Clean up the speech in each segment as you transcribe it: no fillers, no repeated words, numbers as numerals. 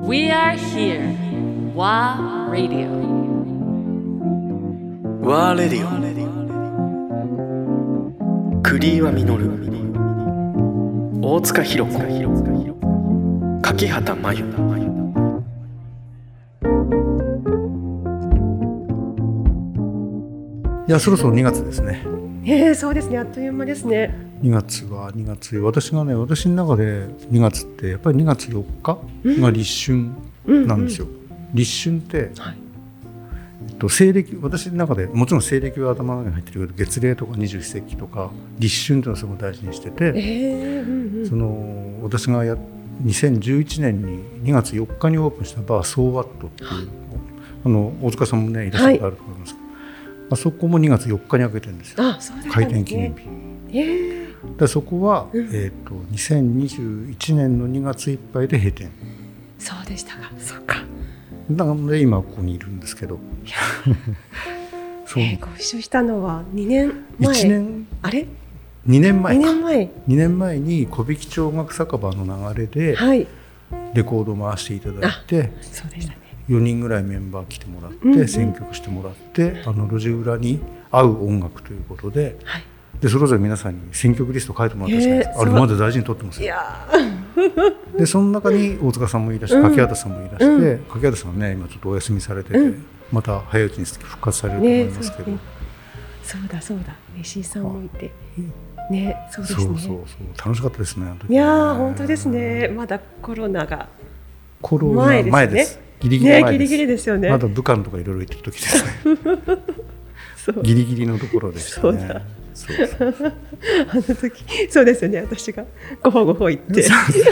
We are here. WA Radio. WA Radio。栗岩実、大塚弘子、柿畑真由。 いや、そろそろ2月ですね。 そうですね、あっという間ですね。 2月、私の中で2月ってやっぱり2月4日が立春なんですよ。立春って、西暦、私の中でもちろん西暦は頭の中に入ってるけど、月齢とか二十四節気とか立春というのをすごく大事にしてて、私が2011年に2月4日にオープンしたバーソーワットっていう、大塚さんもねいらっしゃることあると思いますけど、あそこも2月4日に開けてるんですよ。開店記念日。でそこは、2021年の2月いっぱいで閉店。 そうでしたか。そうか。 なので今ここにいるんですけどそう、ご一緒したのは2年前。あれ 2年前か。 2 年前に小引町楽酒場の流れでレコードを回していただいて、 そうでしたね、 4人ぐらいメンバー来てもらって、選曲してもらって、路地裏に合う音楽ということで、でそれぞれ皆さんに選曲リスト書いてもらったじゃないですか。あれまだ大事に取ってますよ。でその中に大塚さんもいらして柿畑さんもいらして、柿畑さんはね今ちょっとお休みされてて、また早いうちに復活されると思いますけど、 そうだ石井さんもいてね。そうですね。そう楽しかったですね、あの時ね。 いや本当ですね。まだコロナ前ですね。 ギリギリ前です。 ギリギリですよね。 まだ武漢とかいろいろ行ってる時ですねギリギリのところでしたね。 あの時そうですよね。私がごほ言って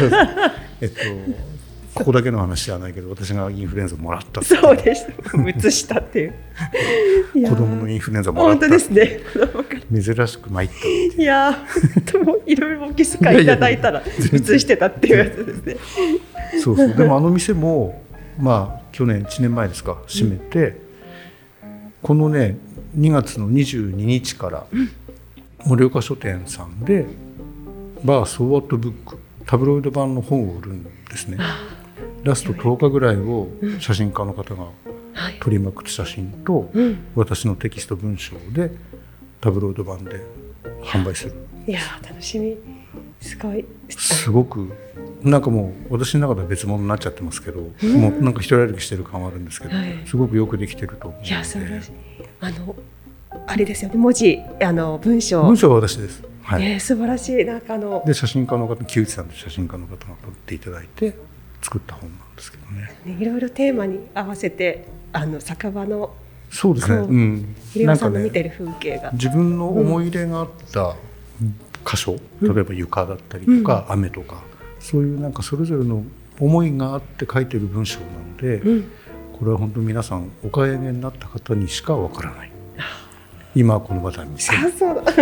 ここだけの話じゃないけど、私がインフルエンザもらったってそうです。移したっていう子供のインフルエンザもらった。 本当ですね。 珍しく参ったっていう。 いやいろいろお気遣いいただいたら移してたっていうやつですね。 そうでも店も去年1年前ですか閉めて、このね2月の22日から盛岡書店さんでバーソーワットブックタブロイド版の本を売るんですね。ラスト10日ぐらいを写真家の方が撮りまくった写真と、私のテキスト文章でタブロイド版で販売する。 いや楽しみ。 すごくなんかもう私の中では別物になっちゃってますけど、もうなんか一人歩きしてる感はあるんですけど、すごくよくできてると思うので。 いや素晴らしい。あれですよね、文字文章は私です。 素晴らしい。 で写真家の方、木内さんと写真家の方が撮っていただいて作った本なんですけどね。 いろいろテーマに合わせて酒場のそうですね。 桐山さんの見てる風景が、 自分の思い入れがあった箇所、例えば床だったりとか、雨とか、そういうなんかそれぞれの思いがあって書いてる文章なので、これは本当に皆さんお買い上げになった方にしかわからない。今この場で見せる。 そうだ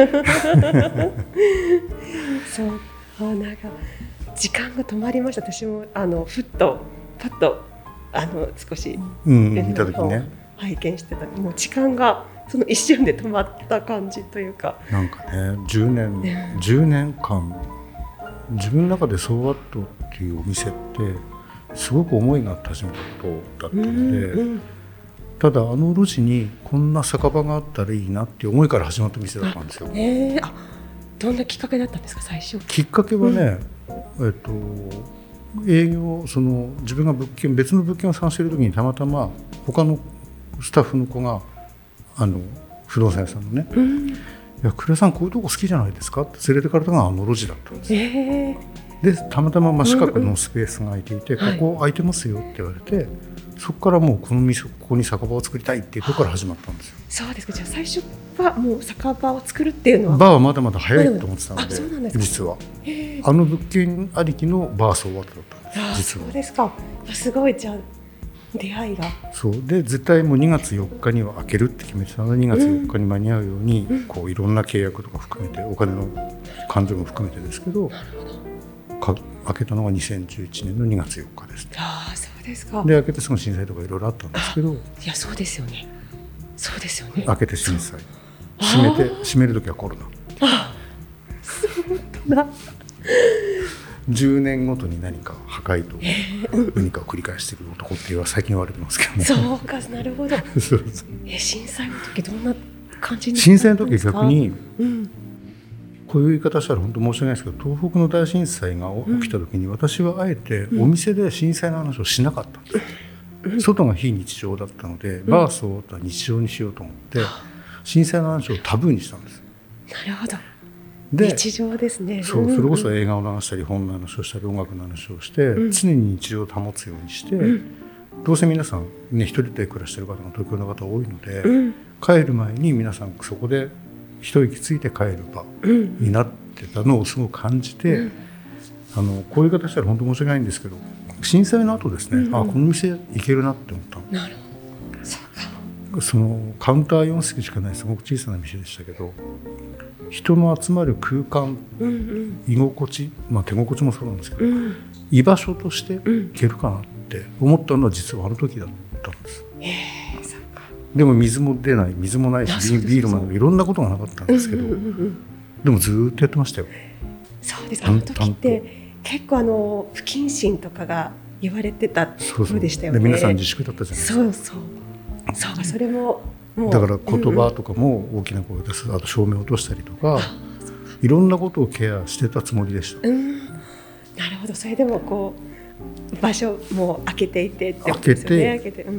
そうなんか時間が止まりました。私もふっとパッと少し見た時ね拝見してた。もう時間がその一瞬で止まった感じというか、 なんかね10年間自分の中でソーワットっていうお店ってすごく思いがあって始めたことだったので、ただ路地にこんな酒場があったらいいなっていう思いから始まった店だったんですよ。 どんなきっかけだったんですか、最初。 きっかけはね、営業自分が別の物件を探している時にたまたま他のスタッフの子が不動産屋さんのね、いや倉井さんこういうとこ好きじゃないですかって連れてかれたのが路地だったんですよ。でたまたま真四角のスペースが空いていて、ここ空いてますよって言われて、そこからもうここに酒場を作りたいっていうところから始まったんですよ。 そうですか。じゃあ最初はもう酒場を作るっていうのは。 バーはまだまだ早いと思ってたので、実は物件ありきのバーソーワットだったんです。実は。 そうですか。すごい。じゃあ出会いが。 そうで絶対もう2月4日には開けるって決めてたので、2月4日に間に合うように、こういろんな契約とか含めてお金の勘定も含めてですけど、開けたのが2011年の2月4日です。 そうですか。 で開けてすぐ震災とかいろいろあったんですけど、 いやそうですよね。そうですよね。 開けて震災、閉める時はコロナ。 そうだ。 10年ごとに何か破壊と何かを繰り返している男って最近言われてますけどね。 そうか、なるほど。 そうそう。 震災の時どんな感じに震災の時逆に、 うん、 こういう言い方したら本当申し訳ないですけど、東北の大震災が起きた時に私はあえてお店で震災の話をしなかったんです、外が非日常だったので、バースを日常にしようと思って震災の話をタブーにしたんです。 なるほど。 で日常ですね。 それこそ映画を流したり本の話をしたり音楽の話をして、常に日常を保つようにして、どうせ皆さんね一人で暮らしてる方が東京の方多いので、帰る前に皆さんそこで一息ついて帰る場になってたのをすごく感じて、こういう形したら本当申し訳ないんですけど、震災の後ですね、この店行けるなって思ったの。 なるほど。そうか。 そのカウンター4席しかないすごく小さな店でしたけど、人の集まる空間、居心地、手心地もそうなんですけど、居場所として行けるかなって思ったのは実はあの時だったんです。 そうか。 でも水も出ない、水もないし、ビールもない、いろんなことがなかったんですけど、でもずっとやってましたよ。 そうです。あの時って結構不謹慎とかが言われてたそうでしたよね。 で皆さん自粛だったじゃないですか。 そうか、それもだから言葉とかも大きな声を出す、あと照明を落としたりとか、いろんなことをケアしてたつもりでした。 なるほど。それでもこう場所も開けていてってことですよね。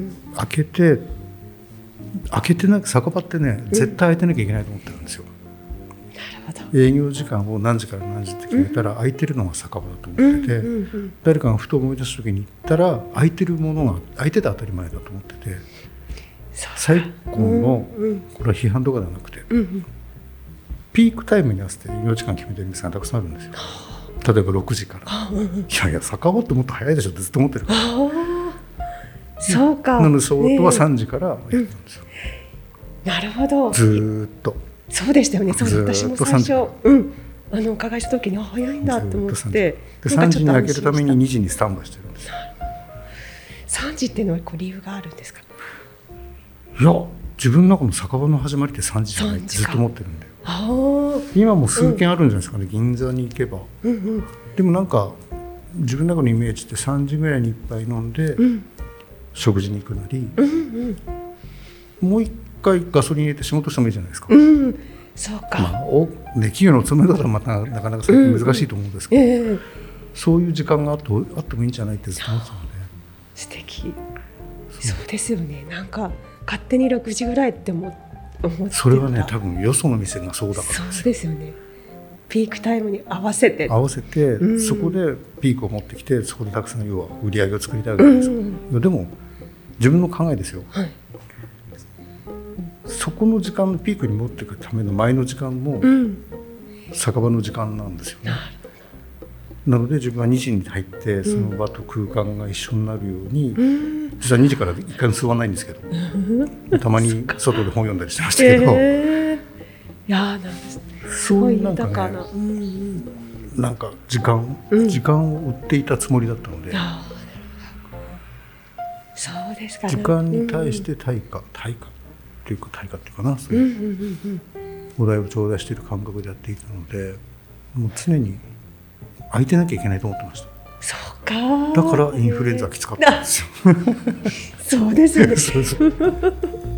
開けてなんか酒場ってね、絶対開いてなきゃいけないと思ってるんですよ。 なるほど。 営業時間を何時から何時って決めたら、開いてるのが酒場だと思ってて、誰かがふと思い出す時に行ったら開いてるものが開いてて当たり前だと思ってて。最高の、これは批判とかではなくて、ピークタイムに合わせて営業時間決めてる店がたくさんあるんですよ。例えば6時から、いや酒場ってもっと早いでしょってずっと思ってるから。 そうか。 なので相当は3時からやったんですよ。 なるほど。 ずっとそうでしたよね。私も最初お伺いした時に早いんだと思って、 で3時に開けるために2時にスタンバイしてるんですよ。 3時っていうのは理由があるんですか？ いや、自分の中の酒場の始まりって3時じゃないってずっと思ってるんで、今も数軒あるんじゃないですかね、銀座に行けば、でもなんか自分の中のイメージって3時ぐらいに一杯飲んで、食事に行くなり、もう一回ガソリン入れて仕事してもいいじゃないですか。 そうか。 企業の勤め方はまたなかなか最近難しいと思うんですけど、そういう時間があってもいいんじゃないってずっと思ってたので。 素敵。そうですよね。なんか勝手に6時ぐらいって思ってた。 それはね、多分よその店がそうだからですよ。 そうですよね。ピークタイムに合わせてそこでピークを持ってきて、そこでたくさん要は売り上げを作りたいわけですよ。でも自分の考えですよ、そこの時間のピークに持っていくための前の時間も酒場の時間なんですよね。なので自分は2時に入ってその場と空間が一緒になるように、実は2時から一回も座らないんですけど、たまに外で本読んだりしてましたけど、 いやなんですそういうなんかね、なんか時間を売っていたつもりだったので、 そうですかね、 時間に対して対価っていうかな、そういうお題を頂戴している感覚でやっていたので、もう常に空いてなきゃいけないと思ってました。 そうか。 だからインフルエンザきつかったんですよ。 そうですよね。